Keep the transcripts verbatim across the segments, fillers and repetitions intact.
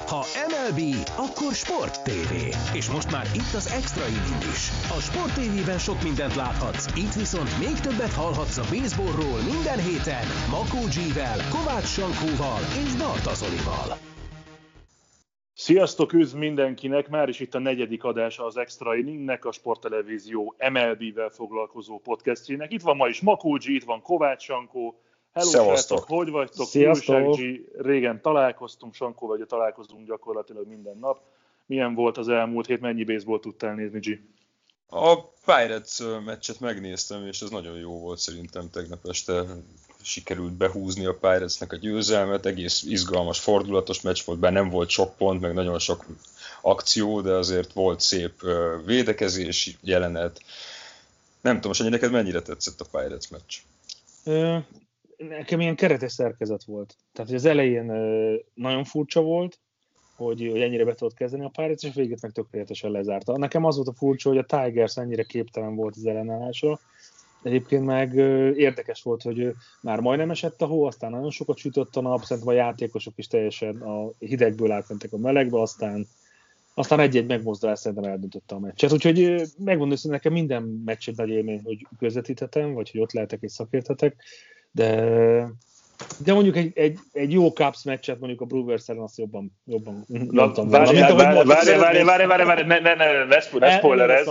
Ha em el bé, akkor Sport té vé. És most már itt az Extra Inning is. A Sport té vében sok mindent láthatsz, itt viszont még többet hallhatsz a baseballról minden héten Makó G-vel, Kovács Sankóval és Barta Zolival. Sziasztok, üdv mindenkinek! Már is itt a negyedik adása az Extra Inningnek, a Sporttelevízió em el bé-vel foglalkozó podcastjének. Itt van ma is Makó G, itt van Kovács Sankó. Hello, srácok, hogy vagytok? Sziasztok! G, régen találkoztunk, Sankó vagy találkozunk gyakorlatilag minden nap. Milyen volt az elmúlt hét, mennyi baseball tudtál nézni, G? A Pirates meccset megnéztem, és ez nagyon jó volt szerintem tegnap este. Sikerült behúzni a Piratesnek a győzelmet, egész izgalmas, fordulatos meccs volt, bár nem volt sok pont, meg nagyon sok akció, de azért volt szép védekezés, jelenet. Nem tudom, Sanyi, neked mennyire tetszett a Pirates meccs? Ö, nekem ilyen keretes szerkezet volt. Tehát az elején ö, nagyon furcsa volt, hogy, hogy ennyire be tudott kezdeni a Pirates, és végét meg tökéletesen lezárta. Nekem az volt a furcsa, hogy a Tigers ennyire képtelen volt az ellenállásra. Egyébként meg ö, érdekes volt, hogy ö, már majdnem esett a hó, aztán nagyon sokat sütött a nap, szerintem a játékosok is teljesen a hidegből átmentek a melegbe, aztán, aztán egy-egy megmozdulás szerintem eldöntötte a meccset. Úgyhogy ö, megmondom, hogy nekem minden meccs egy nagy élmény, hogy közvetíthetem, vagy hogy ott lehetek és szakérthetek, de... De mondjuk egy, egy, egy jó Cubs meccset mondjuk a Brewers ellen azt jobban, jobban mondtam. Várj, várj, várj, várj, ne, ne, ne, ne spoilerezz,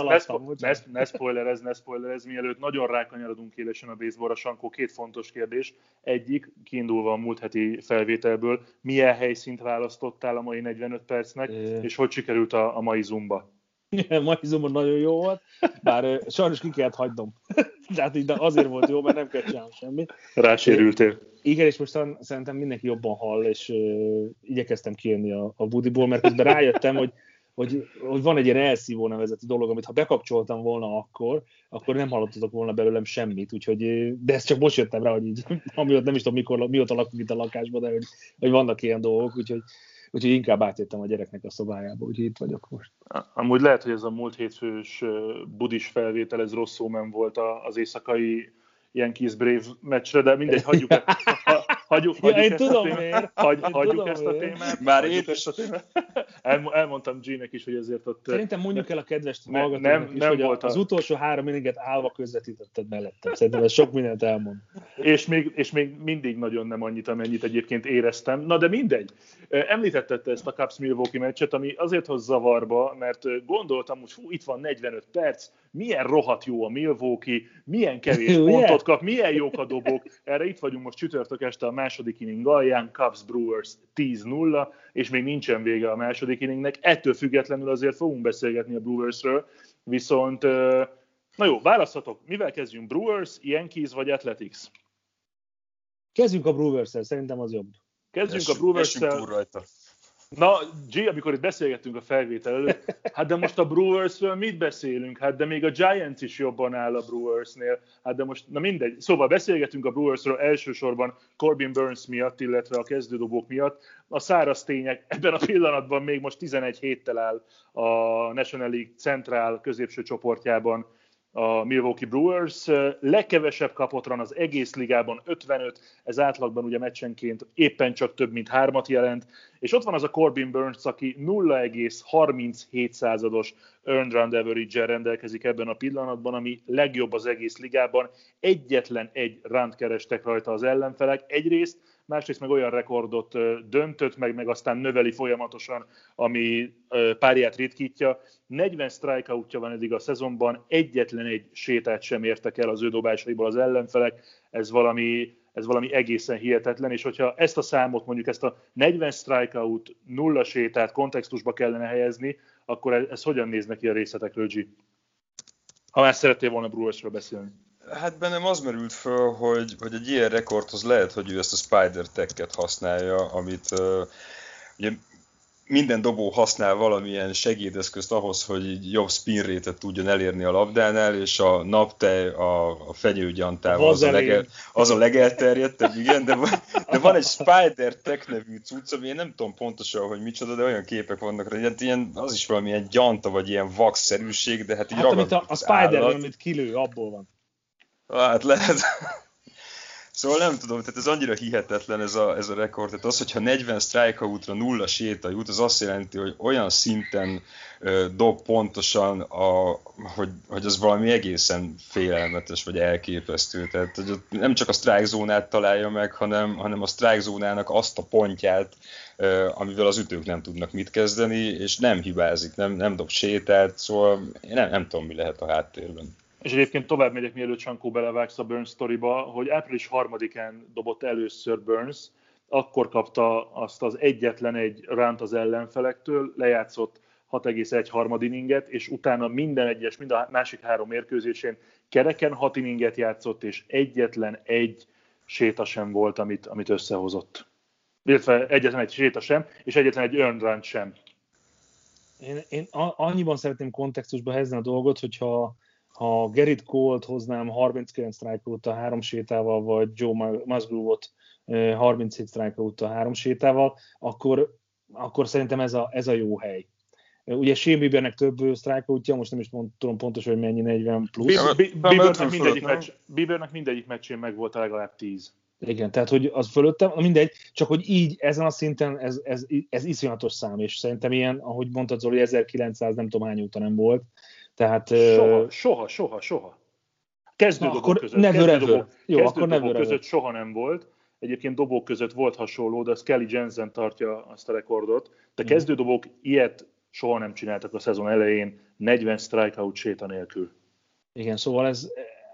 ne spoilerezz, ne spoilerezz, mielőtt nagyon rákanyarodunk élesen a baseballra, Sankó, két fontos kérdés. Egyik, kiindulva a múlt heti felvételből, milyen helyszínt választottál a mai negyvenöt percnek, é. és hogy sikerült a, a mai Zumba? A mai Zumba nagyon jó volt, bár sajnos ki kellett hagynom. Tehát így azért volt jó, mert nem kellett csinálni semmit. Rásérültél. Igen, és most szerintem mindenki jobban hall, és uh, igyekeztem kijönni a, a budiból, mert közben rájöttem, hogy, hogy, hogy van egy ilyen elszívó nevezetű dolog, amit ha bekapcsoltam volna akkor, akkor nem hallottatok volna belőlem semmit, úgyhogy, de ezt csak most jöttem rá, hogy így, amióta nem is tudom, mikor, mióta lakunk itt a lakásban, de hogy, hogy vannak ilyen dolgok, úgyhogy, úgyhogy inkább átjöttem a gyereknek a szobájába, úgyhogy itt vagyok most. Amúgy lehet, hogy ez a múlt hétfős budis felvétel, ez rossz omen volt az éjszakai Yankees Brave meccsre, de mindegy, hagyjuk, e- ha, hagyjuk, hagyjuk ja, ezt tudom a témát. Hagy, hagyjuk tudom ezt a témát. Már én is. El, elmondtam G-nek is, hogy ezért ott... Szerintem mondjuk el a kedves hallgatónak is, hogy az a... utolsó három inninget állva közvetítetted mellettem. Szerintem ez sok mindent elmond. És még, és még mindig nagyon nem annyit, amennyit egyébként éreztem. Na de mindegy. Említetted ezt a Cubs-Milwaukee meccset, ami azért hoz zavarba, mert gondoltam, hogy hú, itt van negyvenöt perc, milyen rohadt jó a Milwaukee, milyen kevés pontot kap, milyen jók a dobók. Erre itt vagyunk most csütörtök este a második inning alján, Cubs Brewers tíz nulla, és még nincsen vége a második inningnek. Ettől függetlenül azért fogunk beszélgetni a Brewersről, viszont, na jó, választhatok, mivel kezdjünk, Brewers, Yankees vagy Athletics? Kezdjünk a Brewers-szel, szerintem az jobb. Kezdjünk a Brewers-szel. Na, G, amikor itt beszélgettünk a felvétel előtt, hát de most a Brewersről mit beszélünk? Hát de még a Giants is jobban áll a Brewersnél. Hát de most, na mindegy. Szóval beszélgetünk a Brewersről elsősorban Corbin Burns miatt, illetve a kezdődobók miatt. A száraz tények ebben a pillanatban még most tizenegy héttel áll a National League Central középső csoportjában a Milwaukee Brewers. Legkevesebb kapott run az egész ligában, ötvenöt, ez átlagban ugye meccsenként éppen csak több mint hármat jelent, és ott van az a Corbin Burns, aki nulla egész harminchét százados earned run average-el rendelkezik ebben a pillanatban, ami legjobb az egész ligában. Egyetlen egy runt kerestek rajta az ellenfelek egyrészt, másrészt meg olyan rekordot döntött, meg, meg aztán növeli folyamatosan, ami párját ritkítja. negyven strikeoutja van eddig a szezonban, egyetlen egy sétát sem értek el az ő dobásaiból az ellenfelek, ez valami, ez valami egészen hihetetlen, és hogyha ezt a számot, mondjuk ezt a negyven strikeout, nulla sétát kontextusba kellene helyezni, akkor ez, ez hogyan néz neki a részletekről, G? Ha már szerettél volna Brewersről beszélni. Hát bennem az merült föl, hogy, hogy egy ilyen rekordhoz lehet, hogy ő ezt a Spider Tech-et használja, amit uh, ugye minden dobó használ valamilyen segédeszközt ahhoz, hogy jobb spin rate-et tudjon elérni a labdánál, és a naptej, a, a fenyőgyantával az a, legel, az a legelterjedtebb, igen, de, de van egy Spider Tech nevű cucc, ami én nem tudom pontosan, hogy micsoda, de olyan képek vannak rá, ilyen, az is valamilyen gyanta, vagy ilyen vax-szerűség, de hát így hát, ragad amit a, a Spider-Man, amit kilő, abból van. Hát lehet. Szóval nem tudom, tehát ez annyira hihetetlen ez a, ez a rekord. Tehát az, hogyha negyven strikeoutra nulla séta jut, az azt jelenti, hogy olyan szinten ö, dob pontosan, a, hogy, hogy az valami egészen félelmetes, vagy elképesztő. Tehát hogy nem csak a strike zónát találja meg, hanem, hanem a strike zónának azt a pontját, ö, amivel az ütők nem tudnak mit kezdeni, és nem hibázik, nem, nem dob sétát, szóval én nem, nem tudom, mi lehet a háttérben. És egyébként tovább megyek, mielőtt Sankó belevágsz a Burns sztoriba, hogy április harmadikán dobott először Burns, akkor kapta azt az egyetlen egy ránt az ellenfelektől, lejátszott hat egész egy harmad inninget, és utána minden egyes, mind a másik három mérkőzésén kereken hat inninget játszott, és egyetlen egy séta sem volt, amit, amit összehozott. Illetve egyetlen egy séta sem, és egyetlen egy earned run sem. Én, én annyiban szeretném kontextusba helyezni a dolgot, hogyha ha Gerrit Cole-t hoznám harminckilenc strikeout-tal három sétával, vagy Joe Musgrove-ot harminchét strikeout-tal három sétával, akkor, akkor szerintem ez a, ez a jó hely. Ugye Shane Biebernek több strikeoutja, most nem is tudom pontosan, hogy mennyi, negyven plusz. Biebernek mindegyik, meccs, Biebernek mindegyik meccsén meg volt legalább tíz. Igen, tehát hogy az fölöttem, mindegy, csak hogy így ezen a szinten ez, ez, ez iszonyatos szám, és szerintem ilyen, ahogy mondtad Zoli, ezerkilencszáz nem tudom hány óta nem volt. Tehát, soha, uh, soha, soha, soha. Kezdődobók között, kezdődobók, Jó, kezdődobók között soha nem volt. Egyébként dobók között volt hasonló, de az Kelly Jensen tartja azt a rekordot. De hmm. kezdődobók ilyet soha nem csináltak a szezon elején, negyven strikeout séta nélkül. Igen, szóval ez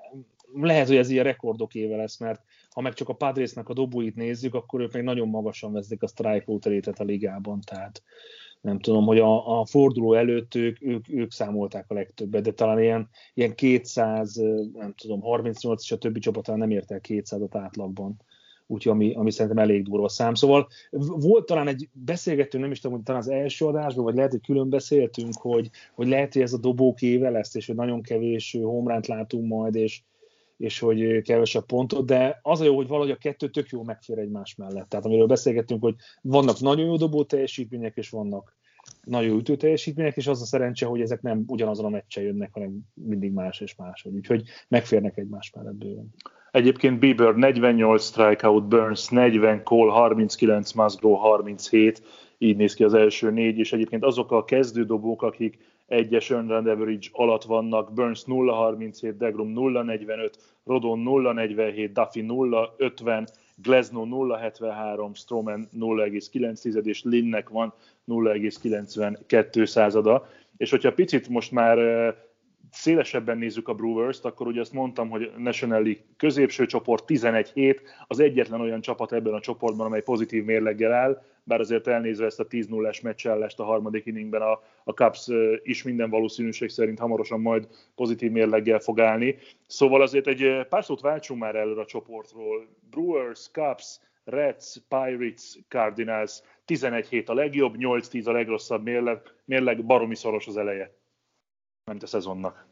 lehet, hogy ez ilyen rekordok éve lesz, mert ha meg csak a Padresnek a dobóit nézzük, akkor ők még nagyon magasan veszik a strikeout rétet a ligában, tehát nem tudom, hogy a, a forduló előtt ők, ők, ők számolták a legtöbbet, de talán ilyen, ilyen kétszáz, nem tudom, harmincnyolc és a többi csapat talán nem ért el kétszázat átlagban. Úgyhogy ami, ami szerintem elég durva szám. Szóval volt talán egy beszélgetünk, nem is tudom, hogy talán az első adásban, vagy lehet, hogy külön beszéltünk, hogy, hogy lehet, hogy ez a dobók éve lesz, és hogy nagyon kevés homránt látunk majd, és, és hogy kevesebb pontot, de az a jó, hogy valahogy a kettő tök jó megfér egymás mellett. Tehát amiről beszélgettünk, hogy vannak nagyon jó dobó teljesítmények, és vannak nagyon jó ütő teljesítmények, és az a szerencse, hogy ezek nem ugyanazon a meccsen jönnek, hanem mindig más és máshogy. Úgyhogy megférnek egymás mellett bőven. Egyébként Bieber negyvennyolc strikeout, Burns negyven, Cole harminckilenc, Musgrove harminchét, így néz ki az első négy, és egyébként azok a kezdődobók, akik egyes earned run average alatt vannak, Burns nulla harminchét, DeGrom nulla negyvenöt, Rodon nulla negyvenhét, Duffy nulla ötven, Glasnow nulla hetvenhárom, Stroman nulla egész kilenc és Linnek van nulla egész kilencvenkettő százada. És hogyha picit most már szélesebben nézzük a Brewers-t, akkor ugye azt mondtam, hogy National League középső csoport tizenegy hét, az egyetlen olyan csapat ebben a csoportban, amely pozitív mérleggel áll, bár azért elnézve ezt a tíz nullás meccsállást a harmadik inningben a, a Cubs is minden valószínűség szerint hamarosan majd pozitív mérleggel fog állni. Szóval azért egy pár szót váltsunk már előre a csoportról. Brewers, Cubs, Reds, Pirates, Cardinals, tizenegy hét a legjobb, nyolc tíz a legrosszabb mérleg, mérleg baromi szoros az eleje, ment a szezonnak.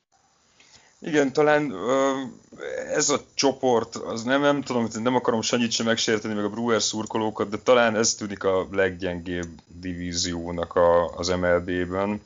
Igen, talán ez a csoport, az nem, nem tudom, nem akarom Sanyit sem megsérteni, meg a Brewers szurkolókat, de talán ez tűnik a leggyengébb divíziónak a, az em el bé-ben.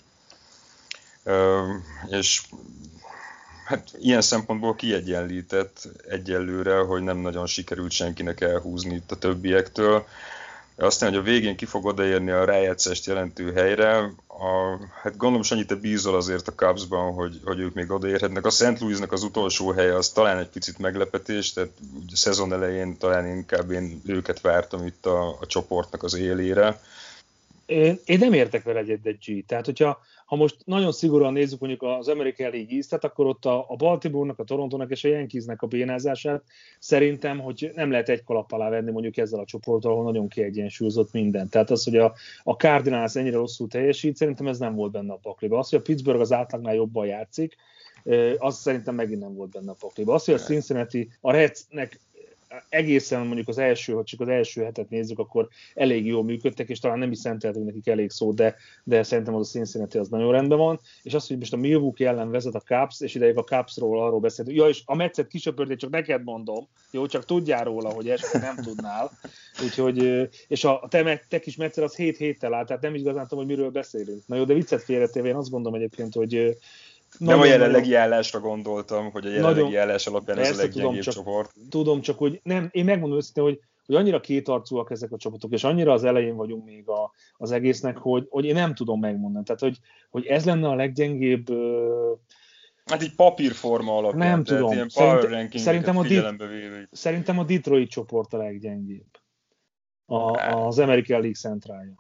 És hát ilyen szempontból kiegyenlített egyelőre, hogy nem nagyon sikerült senkinek elhúzni itt a többiektől. Aztán, hogy a végén ki fog odaérni a rájátszást jelentő helyre, a, hát gondolom, Sanyi, te bízol azért a Cubsban, hogy, hogy ők még odaérhetnek. A Saint Louisnak az utolsó helye az talán egy picit meglepetés, tehát a szezon elején talán inkább én őket vártam itt a, a csoportnak az élére. Én, én nem értek vele egyet, G. Tehát, hogyha ha most nagyon szigorúan nézzük mondjuk az American League East-et, akkor ott a, a Baltimore-nak, a Torontónak és a Yankeesnek a bénázását szerintem, hogy nem lehet egy kalap alá venni mondjuk ezzel a csoporttal, ahol nagyon kiegyensúlyozott minden. Tehát az, hogy a, a Cardinals ennyire rosszul teljesít, szerintem ez nem volt benne a pakliba. Az, hogy a Pittsburgh az átlagnál jobban játszik, az szerintem megint nem volt benne a pakliba. Az, hogy a Cincinnati, a Redsnek egészen mondjuk az első, ha csak az első hetet nézzük, akkor elég jól működtek, és talán nem is szenteltünk nekik elég szó, de, de szerintem az a Cincinnati az nagyon rendben van. És az, hogy most a Milwaukee ellen vezet a Cubs, és ideig a Cubsról arról beszéltünk. Ja, és a meccset kisöpörtél, csak neked mondom. Jó, csak tudjál róla, hogy esetleg nem tudnál. Úgyhogy, és a te, te kis meccsel az hét héttel áll, tehát nem igazán tudom, hogy miről beszélünk. Na jó, de viccet félretéve, én azt gondolom egyébként, hogy Nem a jelenlegi állásra gondoltam, hogy a jelenlegi nagyon, állás alapján ez a leggyengébb csak, csoport. Tudom, csak hogy nem, én megmondom őszintén, hogy, hogy annyira kétarcúak ezek a csapatok, és annyira az elején vagyunk még a, az egésznek, hogy, hogy én nem tudom megmondani. Tehát, hogy, hogy ez lenne a leggyengébb... Hát így papírforma alapján. Nem tudom. Ilyen Szerint, szerintem, a Dit- szerintem a Detroit csoport a leggyengébb. A, az American League centrálja.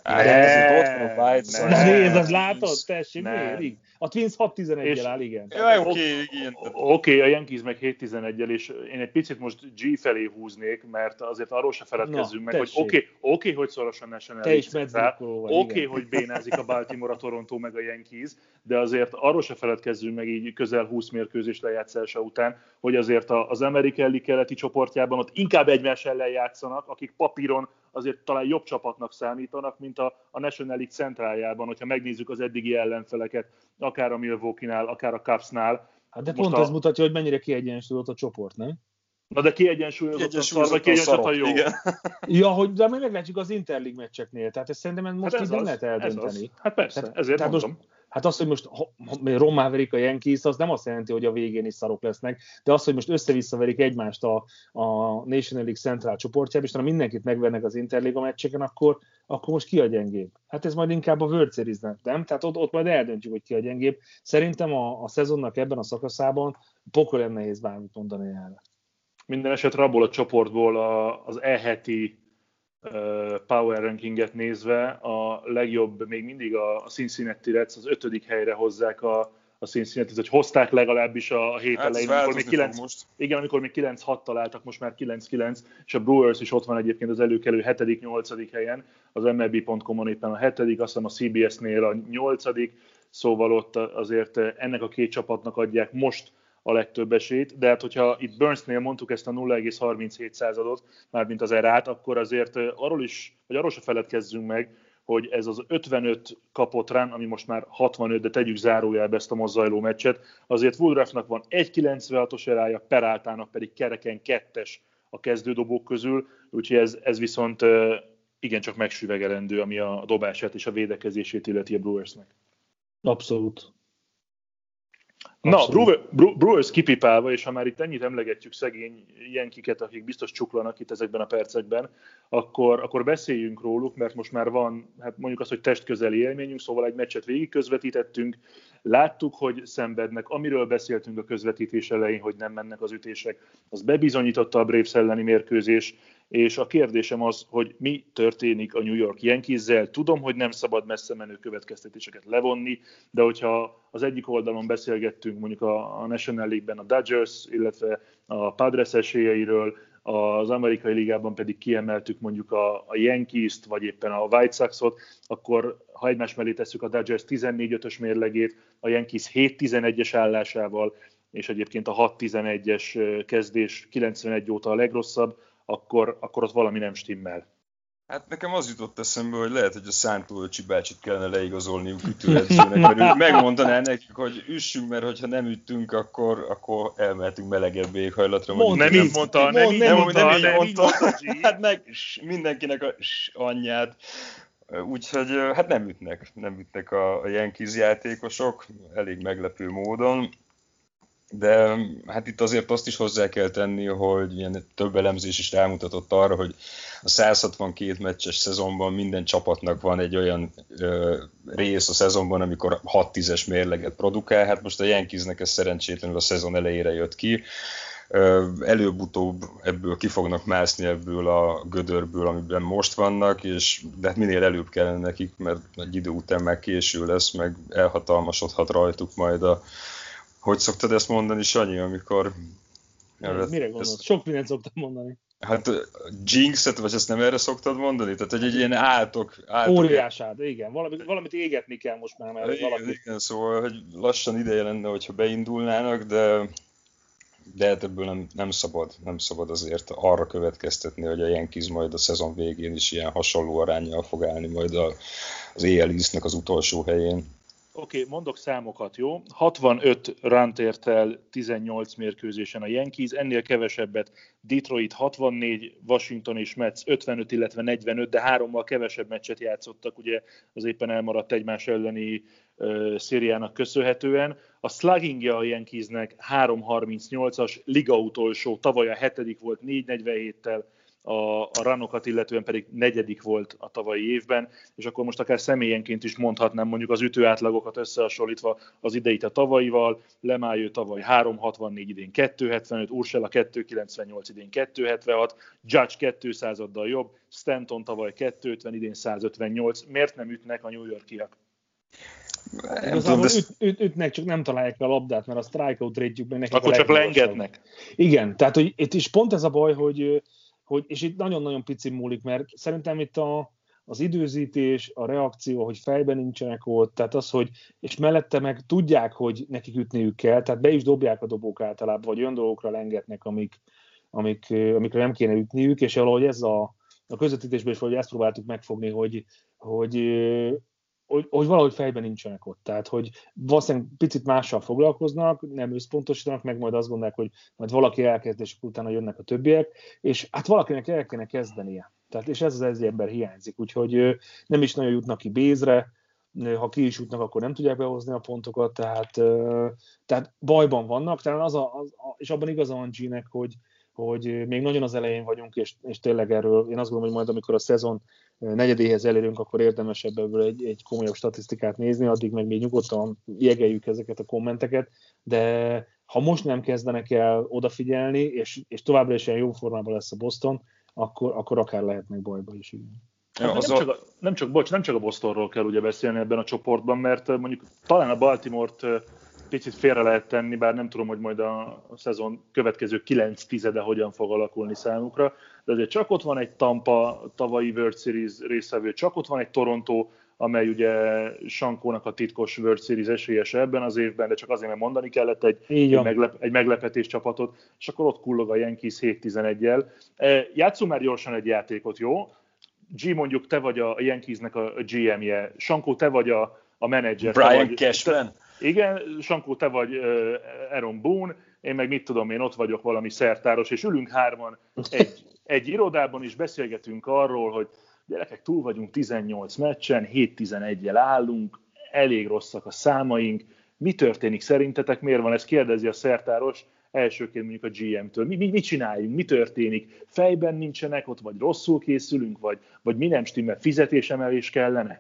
Ne, nézd, az látod? Tessék, miért? A Twins hat tizenegyel áll, igen. Jaj, oké, igen. Oké, a Yankees meg hét tizenegyel, és én egy picit most G felé húznék, mert azért arról se feledkezzünk meg, hogy oké, oké, hogy szorosan National League, oké, hogy bénázik a Baltimore, a Toronto meg a Yankees, de azért arról se feledkezzünk meg így közel húsz mérkőzés lejátszása után, hogy azért az American League keleti csoportjában ott inkább egymás ellen játszanak, akik papíron azért talán jobb csapatnak számítanak, mint a, a National League centráljában, hogyha megnézzük az eddigi ellenfeleket, akár a Milwaukee-nál, akár a Cubs-nál. Hát de pont a... ez mutatja, hogy mennyire kiegyensúlyozott a csoport, nem? Na de kiegyensúlyozott a szar, vagy kiegyensúlyozott a jó. Igen. Ja, hogy de majd meglátjuk az Interleague meccseknél, tehát ezt szerintem most hát így nem lehet eldönteni. Ez hát persze, tehát, ezért tehát mondom. Most, hát az, hogy most rommá verik a Yankees, az nem azt jelenti, hogy a végén is szarok lesznek, de az, hogy most össze-vissza verik egymást a, a National League Central csoportjában, és talán mindenkit megvernek az Interliga meccseken, akkor, akkor most ki a gyengébb? Hát ez majd inkább a World Series-nek, nem? Tehát ott, ott majd eldöntjük, hogy ki a gyengébb. Szerintem a, a szezonnak ebben a szakaszában pokolén nehéz bármit mondani erre. Minden esetre abból a csoportból a, az e-heti uh, power rankinget nézve a legjobb még mindig a, a Cincinnati Reds, az ötödik helyre hozzák a, a Cincinnati-t, hogy hozták legalábbis a, a hét hát elején, amikor még, kilenc, most. Igen, amikor még kilenc hat találtak, most már kilenc kilenc, és a Brewers is ott van egyébként az előkelő hetedik nyolcadik helyen, az em el bé pont com-on éppen a hetedik, azt hiszem a cé bé es-nél a nyolcadik, szóval ott azért ennek a két csapatnak adják most a legtöbb esélyt, de hát hogyha itt Burnsnél mondtuk ezt a nulla egész harminchét századot, mármint az erát, akkor azért arról is, vagy arról se feledkezzünk meg, hogy ez az ötvenöt kapott run, ami most már hatvanöt, de tegyük zárójelbe ezt a most zajló meccset, azért Woodruffnak van egy kilencvenhatos erája, Peraltának pedig kereken kettes a kezdődobók közül, úgyhogy ez, ez viszont igencsak megsüvegelendő, ami a dobását és a védekezését illeti a Brewersnek. Abszolút. Na, Brewer, Brewers kipipálva, és ha már itt ennyit emlegetjük szegény Yankeeket, akik biztos csuklanak itt ezekben a percekben, akkor, akkor beszéljünk róluk, mert most már van, hát mondjuk azt, hogy testközeli élményünk, szóval egy meccset végig közvetítettünk, láttuk, hogy szenvednek, amiről beszéltünk a közvetítés elején, hogy nem mennek az ütések, az bebizonyította a Braves elleni mérkőzés, és a kérdésem az, hogy mi történik a New York Yankees-zel. Tudom, hogy nem szabad messze menő következtetéseket levonni, de hogyha az egyik oldalon beszélgettünk mondjuk a National League-ben a Dodgers, illetve a Padres esélyeiről, az amerikai ligában pedig kiemeltük mondjuk a, a Yankees-t, vagy éppen a White Sox-ot, akkor ha egymás mellé tesszük a Dodgers tizennégy ötös mérlegét, a Yankees hét tizenegyes állásával, és egyébként a hat tizenegyes kezdés kilencvenegy óta a legrosszabb, akkor, akkor ott valami nem stimmel. Hát nekem az jutott eszembe, hogy lehet, hogy a Szántó-Öcsi bácsit kellene leigazolniuk ütőedzőnek, mert ő megmondaná nekik, hogy üssünk, mert hogyha nem üttünk, akkor, akkor elmehetünk melegebb éghajlatra. Mond, nem, így mondta, nem így nem, mondta, nem, nem így mondta. Hát meg mindenkinek a anyját. Úgyhogy hát nem ütnek, nem ütnek a, a Yankees játékosok, elég meglepő módon. De hát itt azért azt is hozzá kell tenni, hogy ilyen több elemzés is rámutatott arra, hogy a száz hatvankét meccses szezonban minden csapatnak van egy olyan ö, rész a szezonban, amikor hat tízes mérleget produkál. Hát most a Yankeesnek ez szerencsétlenül a szezon elejére jött ki. Ö, előbb-utóbb ebből ki fognak mászni ebből a gödörből, amiben most vannak, és de hát minél előbb kellene nekik, mert egy idő után már késő lesz, meg elhatalmasodhat rajtuk majd a Hogy szoktad ezt mondani, Sanyi, amikor... Ja, mire gondolsz? Sok mindent szoktam mondani. Hát jinxet, vagy ezt nem erre szoktad mondani? Tehát, hogy egy ilyen átok... átok óriásád, igen. Valamit, valamit égetni kell most már. Mert igen, valami... igen, szóval, hogy lassan ideje lenne, hogyha beindulnának, de, de hát ebből nem, nem szabad, nem szabad azért arra következtetni, hogy a Yankees majd a szezon végén is ilyen hasonló aránnyal fog állni majd a, az á el East-nek az utolsó helyén. Oké, okay, mondok számokat, jó? hatvanöt runt ért el tizennyolc mérkőzésen a Yankees, ennél kevesebbet Detroit hatvannégy, Washington és Mets ötvenöt, illetve negyvenöt, de hárommal kevesebb meccset játszottak, ugye az éppen elmaradt egymás elleni uh, szériának köszönhetően. A sluggingja a Yankeesnek három harmincnyolcas, liga utolsó, tavaly a hetedik volt négy negyvenhéttel, a, a runokat illetően pedig negyedik volt a tavalyi évben, és akkor most akár személyenként is mondhatnám mondjuk az ütőátlagokat összehasonlítva az ideit a tavalyival, Lemájő tavaly három hatvannégy, idén kettő hetvenöt, Urshela kettő kilencvennyolc, idén kettő hetvenhat, Judge kétszázaddal jobb, Stanton tavaly kettő ötven, idén száz ötvennyolc. Miért nem ütnek a New Yorkiak? Igazából üt, üt, ütnek, csak nem találják a labdát, mert a strikeout rate-jük meg nekik. Akkor csak lengetnek. Igen, tehát hogy itt is pont ez a baj, hogy hogy, és itt nagyon-nagyon pici múlik, mert szerintem itt a, az időzítés, a reakció, hogy fejben nincsenek ott, tehát az, hogy, és mellette meg tudják, hogy nekik ütniük kell, tehát be is dobják a dobók általában, vagy olyan dolgokra lengetnek, amik, amik, amikre nem kéne ütniük, és valahogy ez a, a közvetítésben is valahogy ezt próbáltuk megfogni, hogy, hogy, hogy, hogy valahogy fejben nincsenek ott. Tehát, hogy valószínűleg picit mással foglalkoznak, nem összpontosítanak, meg majd azt gondolják, hogy majd valaki elkezd, és utána jönnek a többiek, és hát valakinek el kéne kezdenie. Tehát, és ez az ezi ember hiányzik, úgyhogy nem is nagyon jutnak ki bézre, ha ki is jutnak, akkor nem tudják behozni a pontokat, tehát, tehát bajban vannak, talán az a, az a, és abban igaza van G-nek, hogy, hogy még nagyon az elején vagyunk, és, és tényleg erről én azt gondolom, hogy majd amikor a szezon negyedéhez elérünk, akkor érdemes ebből egy, egy komolyabb statisztikát nézni, addig meg még nyugodtan jegeljük ezeket a kommenteket, de ha most nem kezdenek el odafigyelni, és, és továbbra is ilyen jó formában lesz a Boston, akkor, akkor akár lehetnek bajba is. Igen. Ja, nem, csak a, nem, csak, bocs, nem csak a Bostonról kell ugye beszélni ebben a csoportban, mert mondjuk talán a Baltimore-t picit félre lehet tenni, bár nem tudom, hogy majd a, a szezon következő kilenc tizede hogyan fog alakulni számukra, de azért csak ott van egy Tampa tavalyi World Series részvevő, csak ott van egy Toronto, amely ugye Sankónak a titkos World Series esélyese ebben az évben, de csak azért, mert mondani kellett egy, egy, meglep, egy meglepetés csapatot, és akkor ott kullog a Yankees hét tizeneggyel. Játsszunk már gyorsan egy játékot, jó? G, mondjuk te vagy a Yankeesnek a gé em-je, Sankó, te vagy a, a menedzser. Brian vagy, Cashman? Te, igen, Sankó, te vagy uh, Aaron Boone, én meg mit tudom én, ott vagyok valami szertáros, és ülünk hárman egy, egy irodában, és beszélgetünk arról, hogy gyerekek, túl vagyunk tizennyolc meccsen, hét tizeneggyel állunk, elég rosszak a számaink, mi történik szerintetek, miért van ez, kérdezi a szertáros, elsőként mondjuk a gé em-től, mi, mi, mit csináljunk, mi történik, fejben nincsenek ott, vagy rosszul készülünk, vagy, vagy mi nem stimmel, fizetésemelés kellene?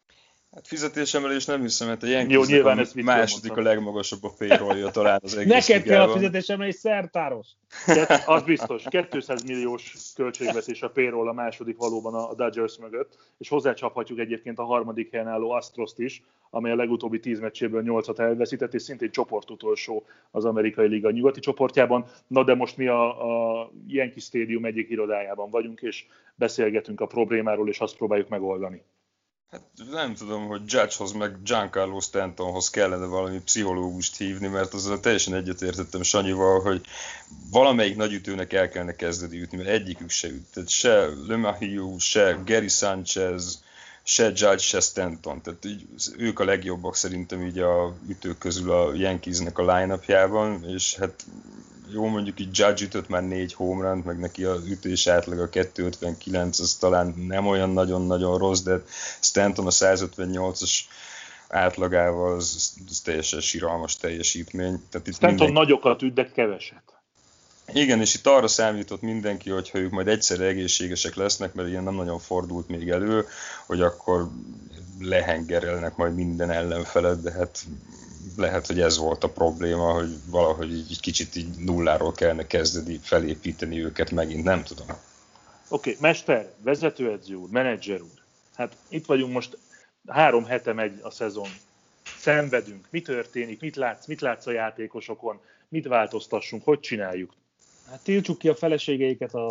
Hát fizetésemelés nem hiszem, mert a Yankeesnek a második a legmagasabb a payrollja talán az egész Neked kell a fizetésemelés, szertáros! Az biztos, kétszáz milliós költségvetés a payroll a második valóban a Dodgers mögött, és hozzácsaphatjuk egyébként a harmadik helyen álló Astroszt is, amely a legutóbbi tíz meccséből nyolcat elveszített, és szintén csoportutolsó az amerikai liga nyugati csoportjában. Na de most mi a, a Yankee Stadium egyik irodájában vagyunk, és beszélgetünk a problémáról, és azt próbáljuk megoldani. Hát nem tudom, hogy Judgehoz meg Giancarlo Stantonhoz kellene valami pszichológust hívni, mert azzal teljesen egyetértettem Sanyival, hogy valamelyik nagyütőnek el kellene kezdeni ütni, mert egyikük se üt. Tehát se LeMahieu, se Gary Sanchez, se Judge, se Stanton. Tehát így, ők a legjobbak szerintem így a ütők közül a Yankeesnek a line-upjában, és hát jó, mondjuk így Judge ütött már négy home runt, meg neki az ütés átlag a kettő ötvenkilenc, az talán nem olyan nagyon-nagyon rossz, de Stanton a száz ötvennyolcas átlagával az, az teljesen siralmas teljesítmény. Tehát itt Stanton mindenki... nagyokat üt, de keveset. Igen, és itt arra számított mindenki, hogy ha ők majd egyszerre egészségesek lesznek, mert ilyen nem nagyon fordult még elő, hogy akkor lehengerelnek majd minden ellenfelet, de hát lehet, hogy ez volt a probléma, hogy valahogy így, így kicsit így nulláról kellene kezdeni felépíteni őket megint, nem tudom. Oké, okay, mester, vezetőedző úr, menedzser úr, hát itt vagyunk most, három hete megy a szezon, szenvedünk, mi történik, mit látsz, mit látsz a játékosokon, mit változtassunk, hogy csináljuk? Hát tiltsuk ki a feleségeiket a,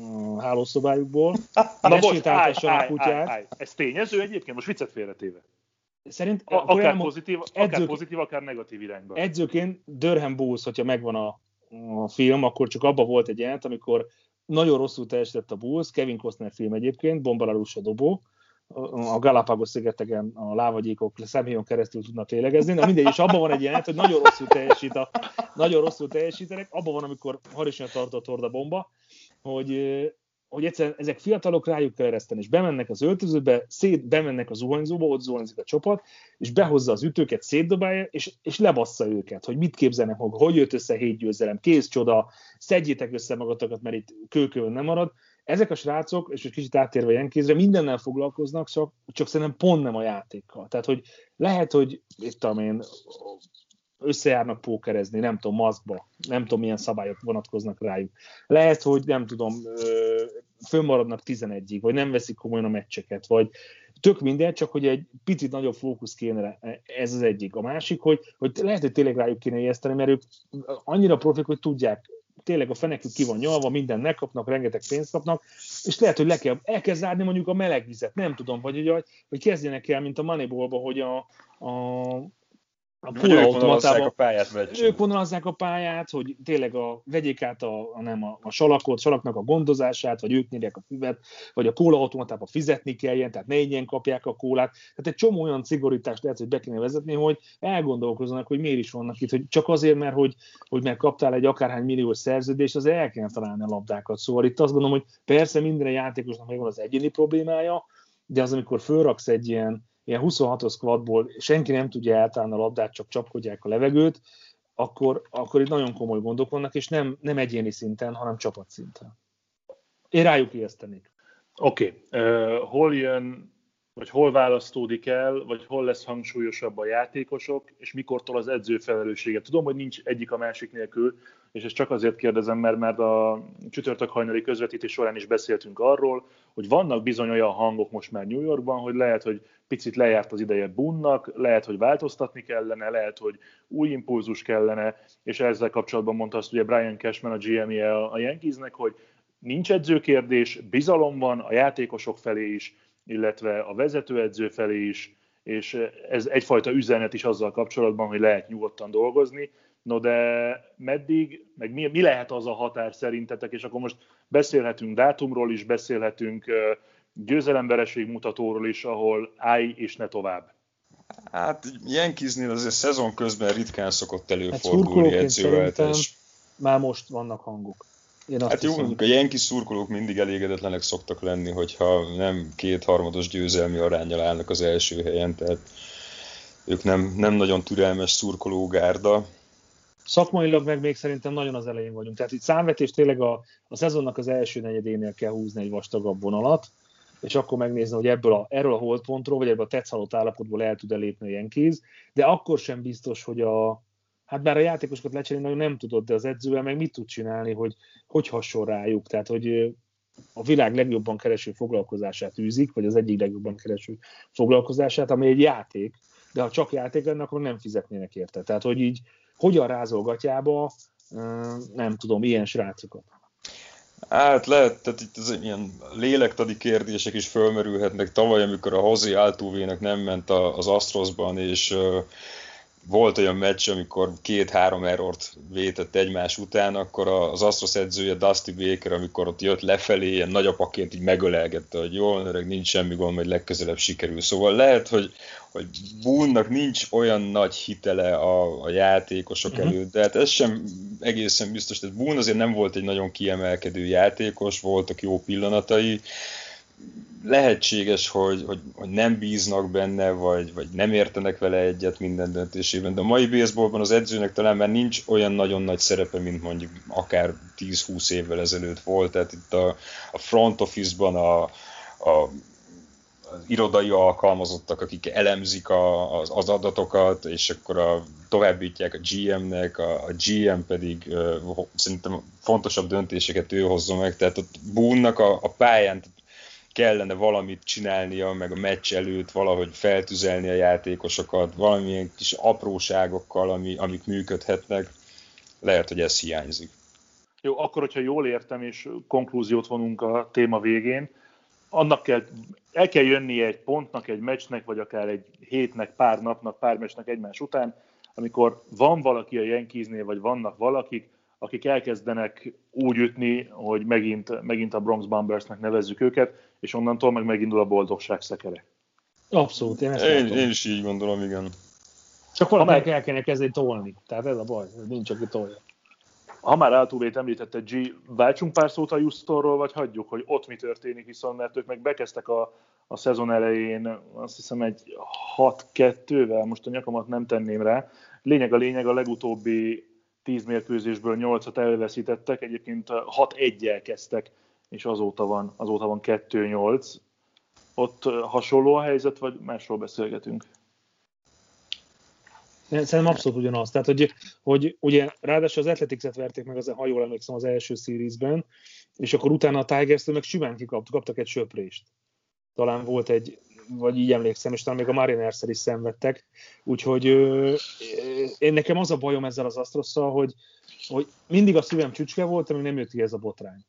a hálószobájukból, ne sétáltassanak a kutyát. Állj, állj. Ez tényező egyébként, most viccet félretéve. Szerint a, akár, elmond, pozitív, edzők, akár pozitív, akár negatív irányba. Edzőként Durham Bulls, hogyha megvan a, a film, akkor csak abban volt egy jelent, amikor nagyon rosszul teljesített a Bulls, Kevin Costner film egyébként, Bombalarus a dobó, a Galapagos-szigeteken a lávagyékok személyon keresztül tudnak lélegezni, de mindegy, és abban van egy ilyen, hogy nagyon rosszul teljesít a, nagyon rosszul teljesítenek, abban van, amikor Harrison tartott horda bomba, hogy, hogy egyszerűen ezek fiatalok, rájuk kell ereszteni, és bemennek az öltözőbe, szét, bemennek a zuhanyzóba, ott zuhanyzik a csapat, és behozza az ütőket, szétdobálja, és, és lebassza őket, hogy mit képzelnek maga, hogy jött össze hét győzelem, kész csoda, szedjétek össze magatokat, mert itt kőkövön nem marad. Ezek a srácok, és egy kicsit áttérve Yankeesre, mindennel foglalkoznak, csak, csak szerintem pont nem a játékkal. Tehát, hogy lehet, hogy itt én összejárnak pókerezni, nem tudom, maszkba, nem tudom, milyen szabályok vonatkoznak rájuk. Lehet, hogy nem tudom, fönnmaradnak tizenegyig, vagy nem veszik komolyan a meccseket, vagy tök minden, csak hogy egy picit nagyobb fókusz kéne, ez az egyik. A másik, hogy, hogy lehet, hogy tényleg rájuk kéne ijeszteni, mert ők annyira profik, hogy tudják, tényleg a fenekük ki van nyalva, mindent megkapnak, rengeteg pénzt kapnak, és lehet, hogy le kell, el kell zárni mondjuk a meleg vizet, nem tudom, vagy hogy, hogy kezdjenek el, mint a Moneyball-ba, hogy a, a a kólaautomatában a pályát, ők vonalazzák a pályát, hogy tényleg a, vegyék át a, a, nem a, a salakot, salaknak a gondozását, vagy ők nyírják a füvet, vagy a kólaautomatában fizetni kelljen, tehát ne ingyen kapják a kólát. Tehát egy csomó olyan szigorítást lehet, hogy be kéne vezetni, hogy elgondolkozzanak, hogy miért is vannak itt, hogy csak azért, mert hogy, hogy mert kaptál egy akárhány milliós szerződést, az el kéne találni a labdákat. Szóval itt azt gondolom, hogy persze minden játékosnak megvan az egyéni problémája, de az, amikor fölraksz egy ilyen ilyen huszonhatos squadból senki nem tudja eltalálni a labdát, csak csapkodják a levegőt, akkor, akkor itt nagyon komoly gondok vannak, és nem, nem egyéni szinten, hanem csapatszinten. Én rájuk ijesztenék. Oké. Okay. Uh, hol jön, vagy hol választódik el, vagy hol lesz hangsúlyosabb a játékosok, és mikortól az edző felelőssége? Tudom, hogy nincs egyik a másik nélkül, és ezt csak azért kérdezem, mert, mert a csütörtök hajnali közvetítés során is beszéltünk arról, hogy vannak bizony olyan hangok most már New Yorkban, hogy lehet, hogy picit lejárt az ideje Boone-nak, lehet, hogy változtatni kellene, lehet, hogy új impulzus kellene, és ezzel kapcsolatban mondta azt ugye Brian Cashman, a gé em-je a Yankeesnek, hogy nincs edzőkérdés, bizalom van a játékosok felé is, illetve a vezetőedző felé is, és ez egyfajta üzenet is azzal kapcsolatban, hogy lehet nyugodtan dolgozni. No de meddig, meg mi, mi lehet az a határ szerintetek, és akkor most beszélhetünk dátumról is, beszélhetünk győzelemvereség mutatóról is, ahol állj és ne tovább. Hát Yankeesnél azért szezon közben ritkán szokott előfordulni hát edzőváltás. Már most vannak hangok. Én hát jó, mondjuk a Yankees szurkolók mindig elégedetlenek szoktak lenni, hogyha nem kétharmados győzelmi aránnyal állnak az első helyen, tehát ők nem, nem nagyon türelmes szurkológárda. Szakmailag meg még szerintem nagyon az elején vagyunk. Tehát itt számvetés tényleg a, a szezonnak az első negyedénél kell húzni egy vastagabb vonalat, és akkor megnézni, hogy ebből a, erről a holdpontról, vagy ebből a tetszhalott állapotból el tud elépni a Yankees, de akkor sem biztos, hogy a, hát bár a játékosokat lecserélni nagyon nem tudod, de az edzővel meg mit tud csinálni, hogy hogy hasonl rájuk. Tehát, hogy a világ legjobban kereső foglalkozását űzik, vagy az egyik legjobban kereső foglalkozását, ami egy játék, de ha csak játék lenne, akkor nem fizetnének érte. Tehát, hogy így hogyan rázol gatyába, nem tudom, ilyen srácokat. Hát lehet, tehát itt az ilyen lélektani kérdések is fölmerülhetnek. Tavaly, amikor a José Altuvének nem ment az Astrosban, és volt olyan meccs, amikor két-három errort vétett egymás után, akkor az Astros edzője Dusty Baker, amikor ott jött lefelé, ilyen nagyapaként így megölelgette, hogy jól, öreg, nincs semmi gond, majd legközelebb sikerül. Szóval lehet, hogy, hogy Boone-nak nincs olyan nagy hitele a, a játékosok uh-huh. előtt, de hát ez sem egészen biztos. Tehát Boone azért nem volt egy nagyon kiemelkedő játékos, voltak jó pillanatai, lehetséges, hogy, hogy, hogy nem bíznak benne, vagy, vagy nem értenek vele egyet minden döntésében, de a mai baseballban az edzőnek talán már nincs olyan nagyon nagy szerepe, mint mondjuk akár tíz-húsz évvel ezelőtt volt, tehát itt a, a front office-ban a, a az irodai alkalmazottak, akik elemzik a, az, az adatokat, és akkor a, továbbítják a gé em-nek, a, a gé em pedig uh, szerintem fontosabb döntéseket ő hozza meg, tehát a Boone-nak a, a pályán kellene valamit csinálnia, meg a meccs előtt valahogy feltüzelni a játékosokat, valamilyen kis apróságokkal, ami, amik működhetnek. Lehet, hogy ez hiányzik. Jó, akkor, hogyha jól értem, és konklúziót vonunk a téma végén, annak kell, el kell jönnie egy pontnak, egy meccsnek, vagy akár egy hétnek, pár napnak, pár meccsnek egymás után, amikor van valaki a Yankeesnél, vagy vannak valakik, akik elkezdenek úgy ütni, hogy megint, megint a Bronx Bombersnek nevezzük őket, és onnantól meg megindul a boldogság szekere. Abszolút, én ezt én, látom. én is így gondolom, igen. Csak valakinek már... el kéne kezdeni tolni. Tehát ez a baj, nincs, aki tolja. Ha már Altuve-t említette, G, váltsunk pár szót a Houstonról, vagy hagyjuk, hogy ott mi történik, viszont mert ők meg bekezdtek a, a szezon elején, azt hiszem egy hat kettővel, most a nyakamat nem tenném rá. Lényeg a lényeg, a legutóbbi tíz mérkőzésből nyolcat elveszítettek, egyébként hat egyel kezdtek, és azóta van, azóta van kettő nyolc. Ott hasonló a helyzet, vagy másról beszélgetünk? Szerintem abszolút ugyanaz. Tehát, hogy, hogy ugye ráadásul az Athletics-et verték meg, az, ha jól emlékszem, az első seriesben, és akkor utána a Tigers-től meg simán kikaptak, kaptak egy söprést. Talán volt egy, vagy így emlékszem, és talán még a Mariners-szel is szenvedtek. Úgyhogy ö, én nekem az a bajom ezzel az Astrosszal, hogy, hogy mindig a szívem csücske volt, amíg nem jött ki ez a botrány.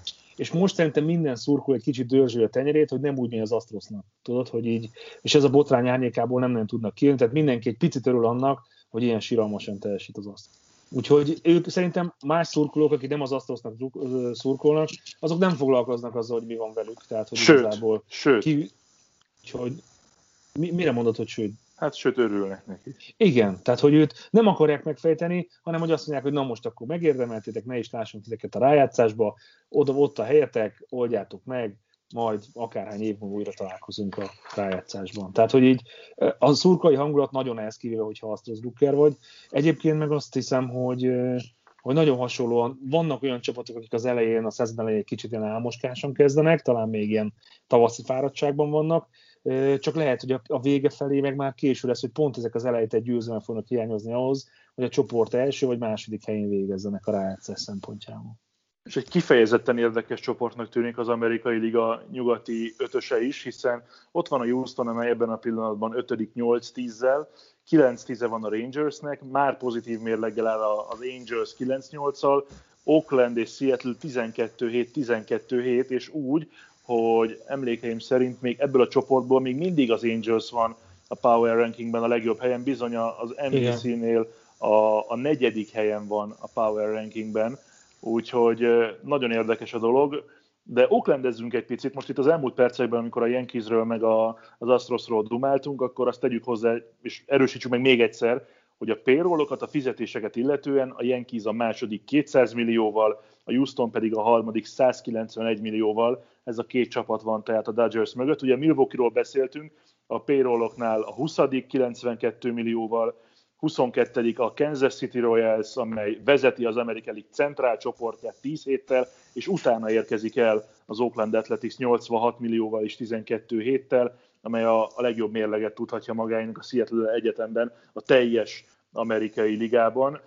És most szerintem minden szurkoló egy kicsit dörzsölje a tenyerét, hogy nem úgy megy az Astrosznak. Tudod, hogy így, és ez a botrány árnyékából nem nagyon tudnak kijönni, tehát mindenki egy picit örül annak, hogy ilyen siralmasan teljesít az Astros. Úgyhogy ők szerintem más szurkolók, akik nem az Astrosznak szurkolnak, azok nem foglalkoznak azzal, hogy mi van velük. Tehát, hogy sőt, igazából sőt. Ki, hogy mi, mire mondod, hogy sőt? Hát sőt, örülnek neki. Igen, tehát hogy őt nem akarják megfejteni, hanem hogy azt mondják, hogy na most akkor megérdemeltétek, ne is lássunk titeket a rájátszásba, oda, ott a helyetek, oldjátok meg, majd akárhány év múlva újra találkozunk a rájátszásban. Tehát, hogy így a szurkolói hangulat nagyon ehhez kivéve, hogyha Astros Drucker vagy. Egyébként meg azt hiszem, hogy, hogy nagyon hasonlóan vannak olyan csapatok, akik az elején, a szezon elején egy kicsit ilyen álmoskásan kezdenek, talán még ilyen tavaszi fáradtságban vannak, csak lehet, hogy a vége felé meg már késő lesz, hogy pont ezek az elejtett győzelmek fognak hiányozni ahhoz, hogy a csoport első vagy második helyén végezzenek a rájátszás szempontjából. És egy kifejezetten érdekes csoportnak tűnik az amerikai liga nyugati ötöse is, hiszen ott van a Houston, amely ebben a pillanatban ötödik nyolc tízzel, kilenc tíze van a Rangersnek, már pozitív mérleggel áll az Angels kilenc nyolccal, Oakland és Seattle tizenkettő hét tizenkettő hét, és úgy, hogy emlékeim szerint még ebből a csoportból még mindig az Angels van a Power Rankingben a legjobb helyen, bizony az em vé cé-nél a, a negyedik helyen van a Power Rankingben, úgyhogy nagyon érdekes a dolog, de Oaklandezzünk egy picit, most itt az elmúlt percekben, amikor a Yankeesről meg a, az Astrosról dumáltunk, akkor azt tegyük hozzá, és erősítsük meg még egyszer, hogy a payrollokat, a fizetéseket illetően a Yankees a második kétszáz millióval, a Houston pedig a harmadik százkilencvenegy millióval, ez a két csapat van tehát a Dodgers mögött. Ugye Milwaukee-ról beszéltünk, a payrolloknál a huszadik kilencvenkettő millióval, huszonkettedik a Kansas City Royals, amely vezeti az American League centrál csoportját tíz héttel, és utána érkezik el az Oakland Athletics nyolcvanhat millióval és tizenkettő héttel, amely a, a legjobb mérleget tudhatja magának a Seattle egyetemben, a teljes amerikai ligában,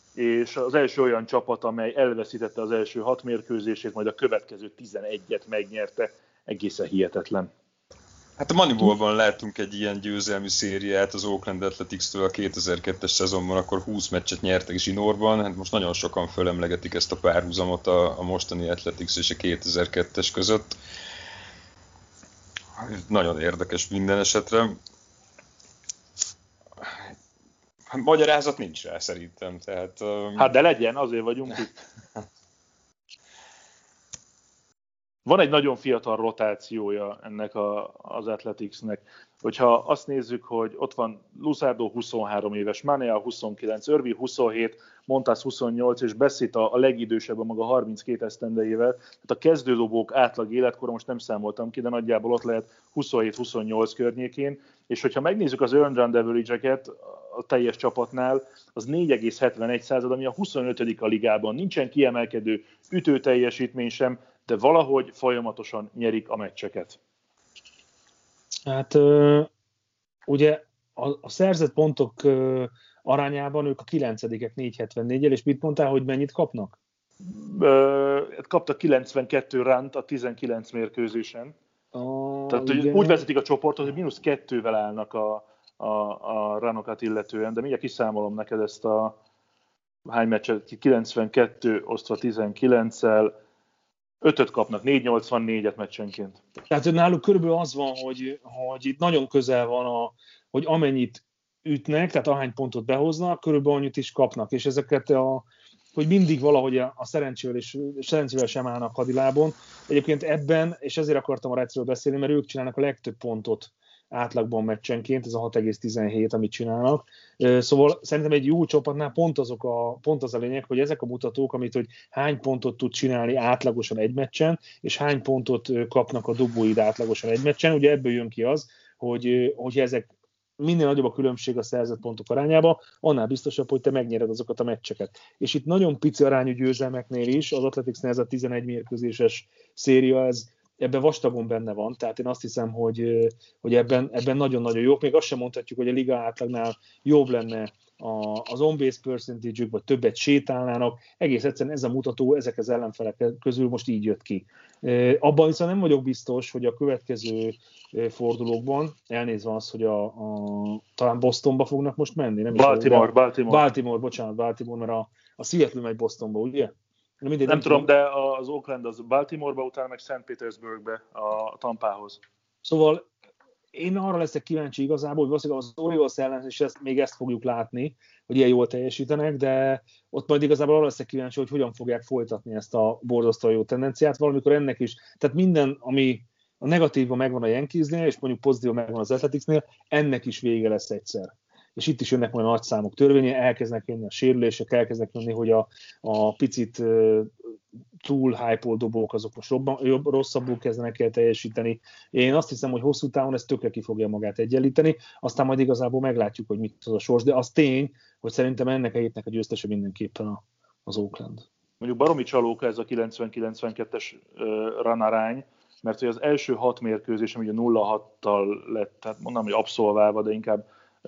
és az első olyan csapat, amely elveszítette az első hat mérkőzését, majd a következő tizenegyet megnyerte, egészen hihetetlen. Hát a Moneyballban láttunk egy ilyen győzelmi szériát az Oakland Athletics-től a kétezer-kettes szezonban, akkor húsz meccset nyertek zsinórban, hát most nagyon sokan fölemlegetik ezt a párhuzamot a, a mostani Athletics és a kétezer-kettes között. Nagyon érdekes minden esetre. Magyarázat nincs rá szerintem. Tehát, um... Hát de legyen, azért vagyunk itt. Van egy nagyon fiatal rotációja ennek a, az Athleticsnek. Hogyha azt nézzük, hogy ott van Luzardo huszonhárom éves, Manaea huszonkilenc, Irvin huszonhét, Montas huszonnyolc, és Bassett a, a legidősebb a maga harminckét esztendejével. Tehát a kezdődobók átlag életkora, most nem számoltam ki, de nagyjából ott lehet huszonhét huszonnyolc környékén. És hogyha megnézzük az earned run average-eket a teljes csapatnál, az négy egész hetvenegy század, ami a huszonötödik a ligában. Nincsen kiemelkedő ütőteljesítmény sem, de valahogy folyamatosan nyerik a meccseket. Hát ugye a, a szerzett pontok arányában ők a kilencedikek négy egész hetvennégyel, és mit mondtál, hogy mennyit kapnak? Kaptak kilencvenkettő runt a tizenkilenc mérkőzésen. A, Tehát úgy vezetik a csoportot, hogy mínusz kettővel állnak a, a, a runokat illetően, de mindjárt kiszámolom neked ezt a hány meccset, kilencvenkettő osztva tizenkilenccel, ötöt kapnak, négy egész nyolcvannégyet meccsenként. Tehát náluk körülbelül az van, hogy, hogy itt nagyon közel van, a, hogy amennyit ütnek, tehát ahány pontot behoznak, körülbelül annyit is kapnak, és ezeket a, hogy mindig valahogy a, a szerencsével, és, szerencsével sem állnak hadilábon. Egyébként ebben, és ezért akartam a Redsről beszélni, mert ők csinálnak a legtöbb pontot átlagban meccsenként, ez a hat egész tizenhét, amit csinálnak. Szóval szerintem egy jó csapatnál pont, azok a, pont az a lényeg, hogy ezek a mutatók, amit, hogy hány pontot tud csinálni átlagosan egy meccsen, és hány pontot kapnak a dobóid átlagosan egy meccsen. Ugye ebből jön ki az, hogy, hogy ezek minél nagyobb a különbség a szerzett pontok arányába, annál biztosabb, hogy te megnyered azokat a meccseket. És itt nagyon pici arányú győzelmeknél is, az Athleticsnél ez a tizenegy mérkőzéses széria, ez ebben vastagon benne van, tehát én azt hiszem, hogy, hogy ebben, ebben nagyon-nagyon jók. Még azt sem mondhatjuk, hogy a liga átlagnál jobb lenne a, az on-base percentage-ük, vagy többet sétálnának. Egész egyszerűen ez a mutató ezek az ellenfelek közül most így jött ki. Abban viszont nem vagyok biztos, hogy a következő fordulókban, elnézve az, hogy a, a, talán Bostonba fognak most menni. Nem Baltimore, is, Baltimore. Baltimore, bocsánat, Baltimore, mert a, a Seattle megy Bostonba, ugye? Nem, nem, nem tudom, de az Oakland az Baltimoreba, utána meg Saint Petersburgbe, a Tampához. Szóval én arra leszek kíváncsi igazából, hogy valószínűleg az Orioles ellen is ezt, még ezt fogjuk látni, hogy ilyen jól teljesítenek, de ott majd igazából arra leszek kíváncsi, hogy hogyan fogják folytatni ezt a borzasztóan jó tendenciát, valamikor ennek is, tehát minden, ami a negatívban megvan a Yankeesnél, és mondjuk pozitívban megvan az Athleticsnél, ennek is vége lesz egyszer. És itt is jönnek majd nagy számok törvénye, elkezdenek jönni a sérülések, elkezdenek jönni, hogy a, a picit uh, túl hype-olt dobók azok most robban, jobb, rosszabbul kezdenek el teljesíteni. Én azt hiszem, hogy hosszú távon ez tökre ki fogja magát egyenlíteni, aztán majd igazából meglátjuk, hogy mit az a sors, de az tény, hogy szerintem ennek a hétnek a győztese mindenképpen a, az Oakland. Mondjuk baromi csalóka ez a kilencven-kilencvenkettes uh, run arány, mert hogy az első hat mérkőzés, ami ugye nulla hattal lett, tehát mondom, hogy abszolválva, de inkább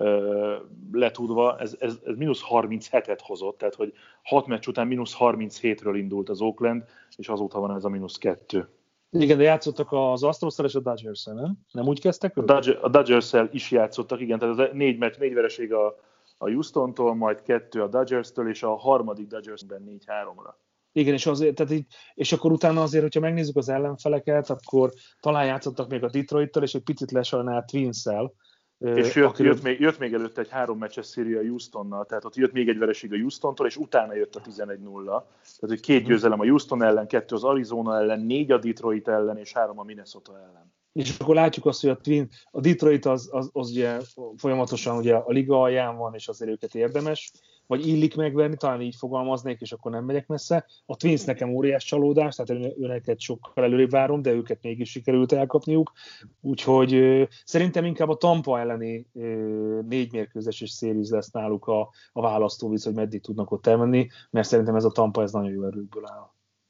letudva, ez, ez, ez mínusz harminchetet hozott, tehát hogy hat meccs után mínusz harminchétről indult az Oakland, és azóta van ez a mínusz kettő. Igen, de játszottak az Astros-szel és a Dodgers-szel, nem? Nem úgy kezdtek ők? A Dodgers-szel is játszottak, igen, tehát az négy meccs, négy vereség a, a Houston-tól, majd kettő a Dodgers-től, és a harmadik Dodgers-ben négy háromra. Igen, és, azért, tehát így, és akkor utána azért, hogyha megnézzük az ellenfeleket, akkor talán játszottak még a Detroit-tal, és egy picit lesajnál a Twins-szel. És jött, akiről... jött, még, jött még előtte egy három meccses széria a Houstonnal, tehát ott jött még egy vereség a Houstontól, és utána jött a tizenegy nulla. Tehát, hogy két győzelem a Houston ellen, kettő az Arizona ellen, négy a Detroit ellen, és három a Minnesota ellen. És akkor látjuk azt, hogy a, Twin, a Detroit az, az, az ugye folyamatosan ugye a liga alján van, és azért őket érdemes, vagy illik megverni, talán így fogalmaznék, és akkor nem megyek messze. A Twins nekem óriás csalódás, tehát őneket sokkal előrébb várom, de őket mégis sikerült elkapniuk. Úgyhogy ö, szerintem inkább a Tampa elleni ö, négy mérkőzéses szériz lesz náluk a, a választóvíz, hogy meddig tudnak ott elmenni, mert szerintem ez a Tampa ez nagyon jó erőkből áll.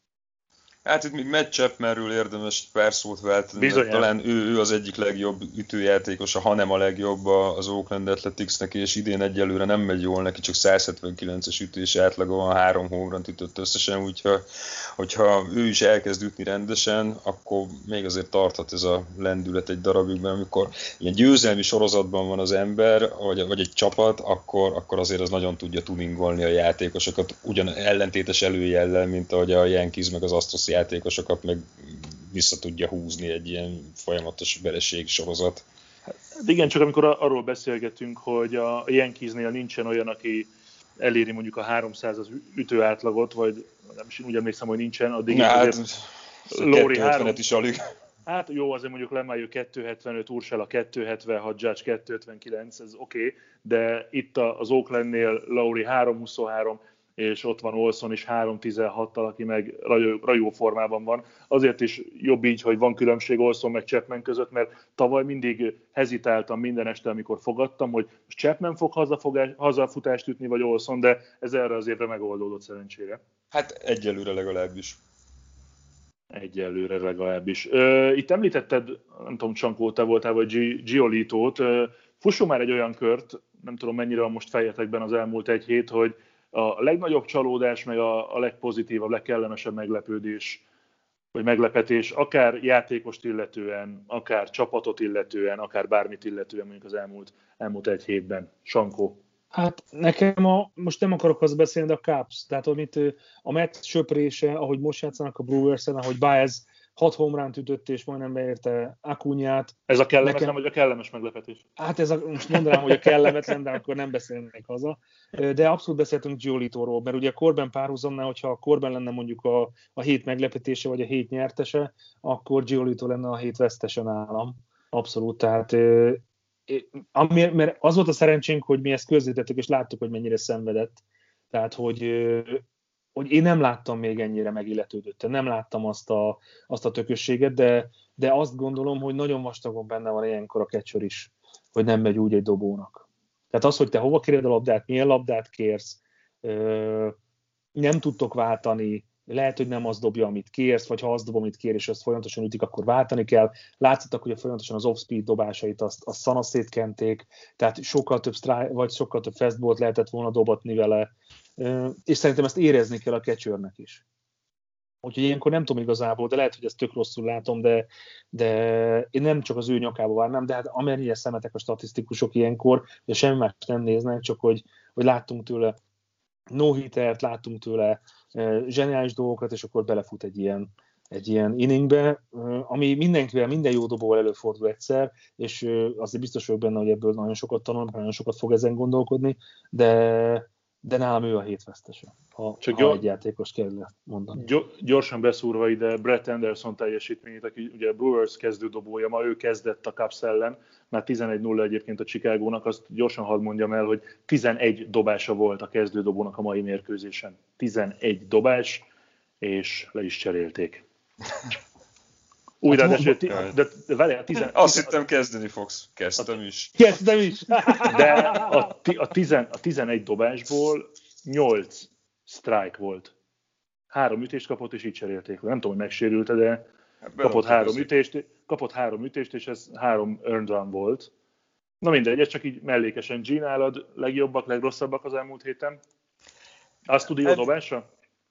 Hát itt még Matt Chapmanről érdemes pár szót váltani, mert talán ő, ő az egyik legjobb ütőjátékosa, hanem a legjobb az Oakland Athleticsnek, és idén egyelőre nem megy jól neki, csak száz hetvenkilences ütés átlaga van, három home runt ütött összesen, úgyhogy hogyha ő is elkezd ütni rendesen, akkor még azért tarthat ez a lendület egy darabig, mert amikor ilyen győzelmi sorozatban van az ember, vagy, vagy egy csapat, akkor, akkor azért az nagyon tudja tuningolni a játékosokat, ugyan ellentétes előjellel, mint ahogy a Yankees meg az Astros játékosokat meg vissza tudja húzni egy ilyen folyamatos vereség sorozat. Hát igen, csak amikor arról beszélgetünk, hogy a Yankeesnél nincsen olyan, aki eléri mondjuk a háromszázas ütő átlagot, vagy nem is úgy emlékszem, hogy nincsen, addig Na, azért Lowry három is alig. Hát jó, azért mondjuk Lemaire kettő hetvenöt, Urshela kettő hetvenhat, Judge kettő hetvenkilenc, ez oké, okay, de itt az Oaklandnél Lowry három huszonhárom, és ott van Olson is három tizenhattal, aki meg rajó, rajó formában van. Azért is jobb így, hogy van különbség Olson meg Chapman között, mert tavaly mindig hezitáltam minden este, amikor fogadtam, hogy most Chapman fog hazafogás, hazafutást ütni, vagy Olson, de ez erre az évre megoldódott szerencsére. Hát egyelőre legalábbis. Egyelőre legalábbis. Itt említetted, nem tudom, Csankó, te voltál, vagy Giolito-t. Fussunk már egy olyan kört, nem tudom mennyire van most fejetekben az elmúlt egy hét, hogy a legnagyobb csalódás, meg a, a legpozitívabb, legkellemesebb meglepődés, vagy meglepetés, akár játékost illetően, akár csapatot illetően, akár bármit illetően, mondjuk az elmúlt, elmúlt egy hétben. Sankó. Hát nekem a, most nem akarok azt beszélni, de a Cubs, tehát amit a Matt söprése, ahogy most játszanak a Brewers-en, ahogy Baez hat homerunt ütött, és majdnem beérte Acuñát. Ez a kellemetlen, nekem... vagy a kellemes meglepetés? Hát ez a, most mondanám, hogy a kellemetlen, de akkor nem beszélnék haza. De abszolút beszéltünk Giolitoról, mert ugye a Corbin párhuzamnál, hogyha a Corbin lenne mondjuk a, a hét meglepetése, vagy a hét nyertese, akkor Giolito lenne a hét vesztese nálam. Abszolút, tehát ami, mert az volt a szerencsénk, hogy mi ezt közzétettük, és láttuk, hogy mennyire szenvedett. Tehát, hogy, hogy én nem láttam még ennyire megilletődött, nem láttam azt a, azt a tökösséget, de, de azt gondolom, hogy nagyon vastagon benne van ilyenkor a catcher is, hogy nem megy úgy egy dobónak. Tehát az, hogy te hova kéred a labdát, milyen labdát kérsz, nem tudtok váltani, lehet, hogy nem azt dobja, amit kérsz, vagy ha azt dob, amit kér, és azt folyamatosan ütik, akkor váltani kell. Látszottak, hogy folyamatosan az off-speed dobásait azt, azt szanaszét kenték, tehát sokkal több strike, vagy sokkal több fastballt lehetett volna dobatni vele, és szerintem ezt érezni kell a catchernek is. Úgyhogy ilyenkor nem tudom igazából, de lehet, hogy ezt tök rosszul látom, de, de én nem csak az ő nyakába várnám, de hát amennyire szemetek a statisztikusok ilyenkor, de semmi más nem néznek, csak hogy, hogy láttunk tőle no-hittert, láttunk tőle zseniális dolgokat, és akkor belefut egy ilyen, egy ilyen inningbe, ami mindenkivel, minden jó dobóval előfordul egyszer, és azért biztos vagyok benne, hogy ebből nagyon sokat tanul, nagyon sokat fog ezen gondolkodni, de, de nálam ő a hétvesztese, ha, Csak ha gyor, egy játékos kell mondani. Gyorsan beszúrva ide Brett Anderson teljesítményét, aki ugye Brewers kezdődobója, ma ő kezdett a Cubs ellen, már tizenegy nulla egyébként a Chicagónak, azt gyorsan hadd mondjam el, hogy tizenegy dobása volt a kezdődobónak a mai mérkőzésen. tizenegy dobás, és le is cserélték. Újra, hát, de, de, de, de várjál, tizen, azt tizen, hittem kezdeni fogsz. Kezdtem is. Kezdtem is. De a, a, tizen, a tizenegy dobásból nyolc strike volt. Három ütést kapott, és így cserélték. Nem tudom, hogy megsérült, de kapott három, ütést, kapott három ütést, és ez három earned run volt. Na mindegy, ez csak így mellékesen. G nálad legjobbak, legrosszabbak az elmúlt héten? Azt tud jó dobásra?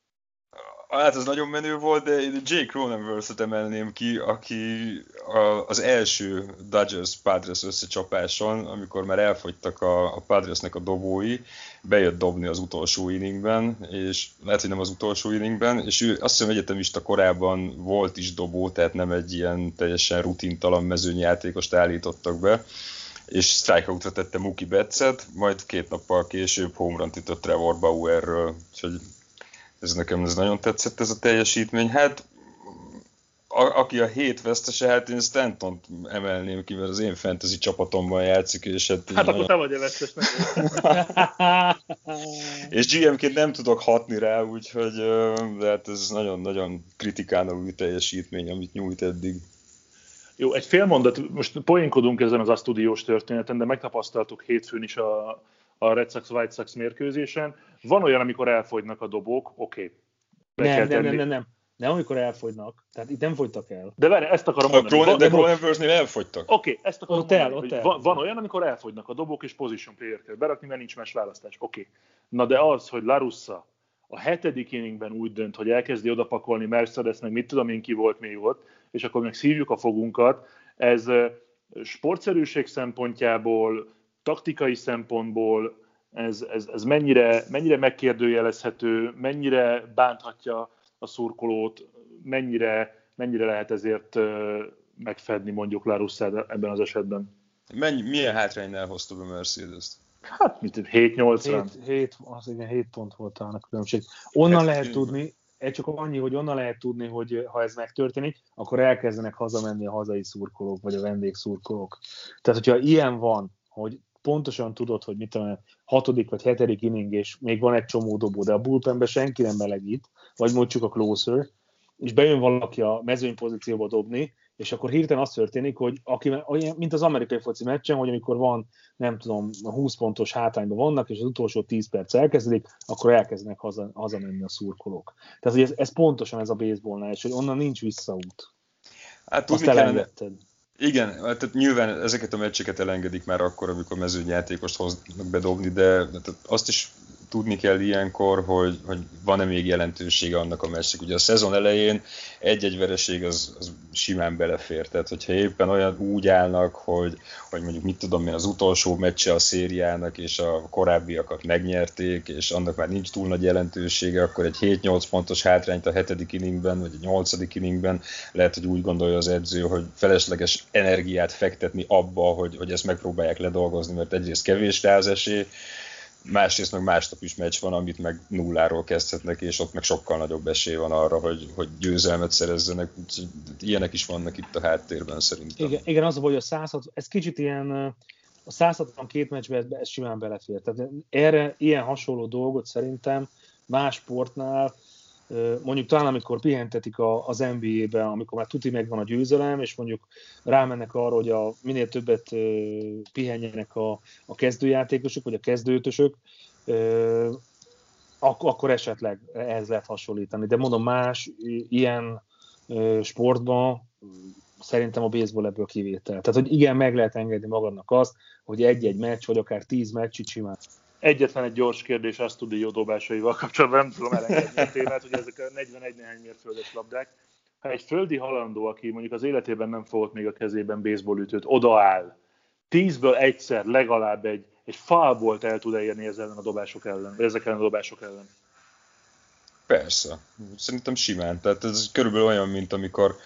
Hát ez nagyon menő volt, de Jake Cronenworth-et emelném ki, aki az első Dodgers-Padres összecsapáson, amikor már elfogytak a, a Padresnek a dobói, bejött dobni az utolsó inningben, és lehet, hogy nem az utolsó inningben, és ő azt hiszem egyetemista korában volt is dobó, tehát nem egy ilyen teljesen rutintalan mezőnyjátékost állítottak be, és strikeoutra tette Mookie Betts-et, majd két nappal később home runt ütött Trevor Bauerről, úgyhogy ez nekem ez nagyon tetszett, ez a teljesítmény. Hát, a, aki a hét vesztese, hát én Stantont emelném ki, mert az én fantasy csapatomban játszik, és hát... Hát nagyon... akkor te vagy a vesztesnek. És gé em-ként nem tudok hatni rá, úgyhogy de hát ez nagyon-nagyon kritikálnavú teljesítmény, amit nyújt eddig. Jó, egy fél mondat, most poénkodunk ezen az asztudiós történeten, de megtapasztaltuk hétfőn is a, a Red Sox-White Sox mérkőzésen. Van olyan, amikor elfogynak a dobók, oké. Okay. Nem, nem, nem, nem, nem. Nem, amikor elfogynak. Tehát itt nem fogytak el. De várj, ezt akarom mondani. A de Cronenworth-nél elfogytak. Oké, okay, ezt akarom ott mondani, el, hogy el. Van, van olyan, amikor elfogynak a dobók, és position player kell berakni, mert nincs más választás. Oké. Okay. Na de az, hogy La Russa a hetedik inningben úgy dönt, hogy elkezdi odapakolni Mercedes, meg mit tudom én ki volt még ott, és akkor meg szívjuk a fogunkat, ez sportszerűség szempontjából, taktikai szempontból, ez, ez, ez mennyire, mennyire megkérdőjelezhető, mennyire bánthatja a szurkolót, mennyire, mennyire lehet ezért megfedni mondjuk La Russát ebben az esetben. Mennyi, milyen hátránynál hozta be Mercedes-t? Hát, mit hét-nyolcvan. hét, az igen, hét pont volt talán a különbség. Onnan hát, lehet tudni, csak annyi, hogy onnan lehet tudni, hogy ha ez megtörténik, akkor elkezdenek hazamenni a hazai szurkolók, vagy a vendégszurkolók. Tehát, hogyha ilyen van, hogy pontosan tudod, hogy mit tudom, hatodik vagy hetedik inning, és még van egy csomó dobó, de a bullpenbe senki nem melegít, vagy mondjuk a closer, és bejön valaki a mezőny pozícióba dobni, és akkor hirtelen az történik, hogy aki, mint az amerikai foci meccsen, hogy amikor van, nem tudom, húsz pontos hátrányban vannak, és az utolsó tíz perc elkezdik, akkor elkezdenek haza, hazamenni a szurkolók. Tehát, hogy ez, ez pontosan ez a baseballnál, és hogy onnan nincs visszaút. Hát tudni kellene, igen, tehát nyilván ezeket a meccseket elengedik már akkor, amikor mezőnyjátékost hoznak bedobni, de azt is tudni kell ilyenkor, hogy, hogy van-e még jelentősége annak a meccsnek. Ugye a szezon elején egy-egy vereség az, az simán belefér. Tehát, hogyha éppen olyan úgy állnak, hogy, hogy mondjuk mit tudom én, az utolsó meccse a szériának, és a korábbiakat megnyerték, és annak már nincs túl nagy jelentősége, akkor egy hét-nyolc pontos hátrányt a hetedik inningben, vagy a nyolcadik inningben lehet, hogy úgy gondolja az edző, hogy felesleges energiát fektetni abba, hogy, hogy ezt megpróbálják ledolgozni, mert egyrészt kevés rá az esély, másrészt meg másnap is meccs van, amit meg nulláról kezdhetnek, és ott meg sokkal nagyobb esély van arra, hogy, hogy győzelmet szerezzenek. Úgyhogy ilyenek is vannak itt a háttérben szerintem. Igen, igen, az a baj, hogy a száz hatvan, ez kicsit ilyen, a száz hatvankét meccsben ez simán belefér. Tehát erre ilyen hasonló dolgot szerintem más sportnál, mondjuk talán amikor pihentetik az en bé á-ben, amikor már tuti megvan a győzelem, és mondjuk rámennek arra, hogy a, minél többet pihenjenek a, a kezdőjátékosok, vagy a kezdőtösök, ak- akkor esetleg ehhez lehet hasonlítani. De mondom, más ilyen sportban szerintem a baseball ebből kivétel. Tehát, hogy igen, meg lehet engedni magadnak azt, hogy egy-egy meccs, vagy akár tíz meccsit simán. Egyetlen egy gyors kérdés a stúdió dobásaival kapcsolatban, nem tudom elengedni a témát, hogy ezek a negyvenegy néhány mérföldes labdák. Ha egy földi halandó, aki mondjuk az életében nem fogott még a kezében baseballütőt, odaáll, tízből egyszer legalább egy, egy foulballt el tud elérni ezzel ellen a dobások ellen, vagy ezek ellen a dobások ellen? Persze. Szerintem simán. Tehát ez körülbelül olyan, mint amikor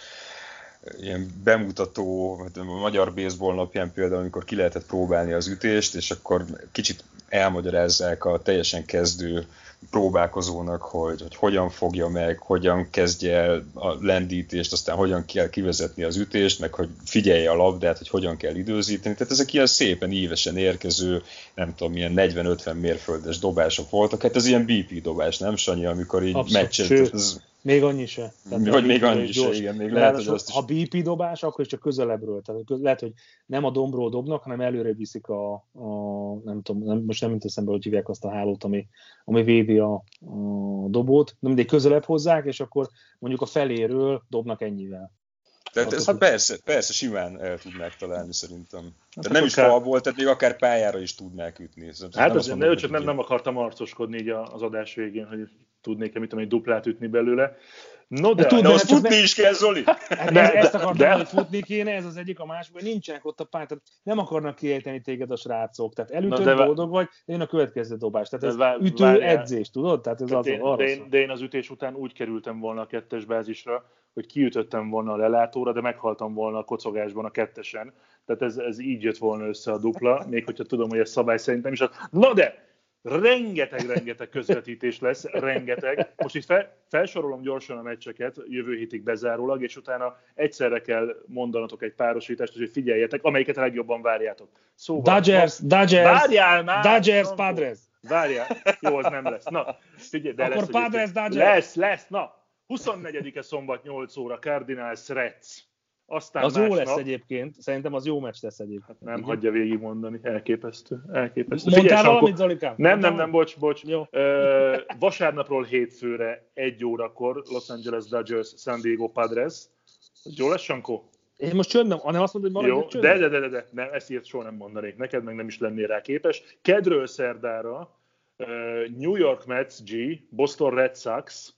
ilyen bemutató, a magyar baseball napján például, amikor ki lehetett próbálni az ütést, és akkor kicsit elmagyarázzák a teljesen kezdő próbálkozónak, hogy, hogy hogyan fogja meg, hogyan kezdje el a lendítést, aztán hogyan kell kivezetni az ütést, meg hogy figyelje a labdát, hogy hogyan kell időzíteni. Tehát ezek ilyen szépen ívesen érkező, nem tudom, ilyen negyven-ötven mérföldes dobások voltak. Hát ez ilyen bé pé dobás, nem Sanyi, amikor így meccset... Még annyi se. Tehát vagy még annyi se, igen. Még lehet, hogy azt is... Ha bé pé dobás, akkor is csak közelebbről. Tehát lehet, hogy nem a dombról dobnak, hanem előre viszik a, a nem tudom, nem, most nem teszem be, hogy hívják azt a hálót, ami, ami védi a, a dobót. De mindegy, közelebb hozzák, és akkor mondjuk a feléről dobnak ennyivel. Tehát ezt persze, persze simán el tudnák találni szerintem. Tehát hát nem is fal volt, tehát még akár pályára is tudnák ütni. Szóval hát az, mondom, nem, csak nem, nem akartam arcoskodni így az adás végén, hogy tudnék-e mit, egy duplát ütni belőle. No de, de, de azt futni is kell, Zoli! Hát de, ezt akartam, de, hogy futni kéne, ez az egyik, a másik, hogy nincsenek ott a pályán, tehát nem akarnak kiejteni téged a srácok, tehát elütöd, de boldog vagy, de jön a következő dobás, tehát ez vár, ütő várjál. Edzés, tudod? Tehát ez az, én, arra de, én, de én az ütés után úgy kerültem volna a kettes bázisra, hogy kiütöttem volna a lelátóra, de meghaltam volna a kocogásban a kettesen, tehát ez, ez így jött volna össze a dupla, még hogyha tudom, hogy ez szabály szerintem is az. Na de! Rengeteg-rengeteg közvetítés lesz, rengeteg. Most itt fel, felsorolom gyorsan a meccseket, jövő hétig bezárólag, és utána egyszerre kell mondanatok egy párosítást, hogy figyeljetek, amelyiket a legjobban várjátok. Szóval, Dodgers, ma... Dodgers, várjál már! Dodgers, Padres. Várjál, jó, az nem lesz. Na, figyelj, de akkor lesz. Padres, Dodgers. Lesz, lesz, na. huszonnegyedike szombat nyolc óra, Cardinals, Reds. Aztán az jó lesz nap... egyébként, szerintem az jó meccs lesz egyébként. Hát nem hagyja végigmondani, elképesztő, elképesztő. Mondtál Figyelj, valamit, Zolikám? Nem, nem, nem, bocs, bocs. Jó. Ö, vasárnapról hétfőre egy órakor Los Angeles Dodgers, San Diego Padres. Ez jó lesz, Sankó? Én most csöndem, hanem azt mondod, hogy maradj csöndem? De, de, de, de, nem, ezt ilyet soha nem mondanék neked, meg nem is lennél rá képes. Kedről szerdára uh, New York Mets G, Boston Red Sox,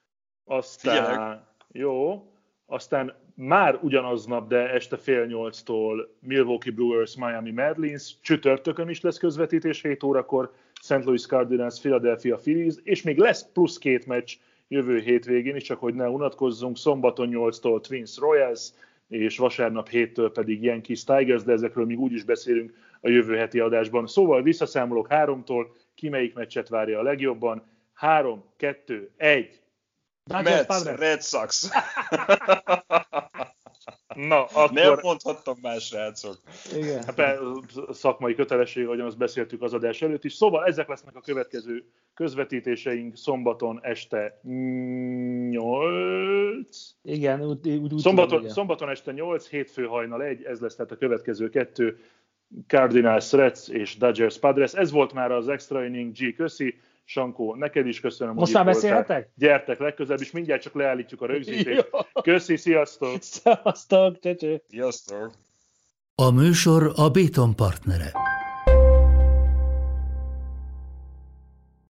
aztán, Figyelek. jó, aztán már ugyanaznap, de este fél nyolctól Milwaukee Brewers, Miami Marlins, csütörtökön is lesz közvetítés hét órakor, Saint Louis Cardinals, Philadelphia Phillies, és még lesz plusz két meccs jövő hétvégén is, csak hogy ne unatkozzunk, szombaton nyolctól Twins Royals, és vasárnap héttől pedig Yankees Tigers, de ezekről még úgy is beszélünk a jövő heti adásban. Szóval visszaszámolok háromtól, ki melyik meccset várja a legjobban. Három, kettő, egy. Mets, Red Sox. Na, akkor... Nem mondhattam más, srácok. Igen. Hát, szakmai kötelesség, ahogyan azt beszéltük az adás előtt is. Szóval ezek lesznek a következő közvetítéseink szombaton este nyolc. Igen, úgy, úgy, úgy szombaton, tudom, szombaton este nyolc, hétfő hajnal egy, ez lesz tehát a következő kettő. Cardinals, Reds és Dodgers, Padres. Ez volt már az Extra Inning. G, köszi. Sankó, neked is köszönöm, most már beszélhetek? Gyertek legközelebb, és mindjárt csak leállítjuk a rögzítést. Köszi, sziasztok! Sziasztok, csöcső! Sziasztok! A műsor a Béton partnere.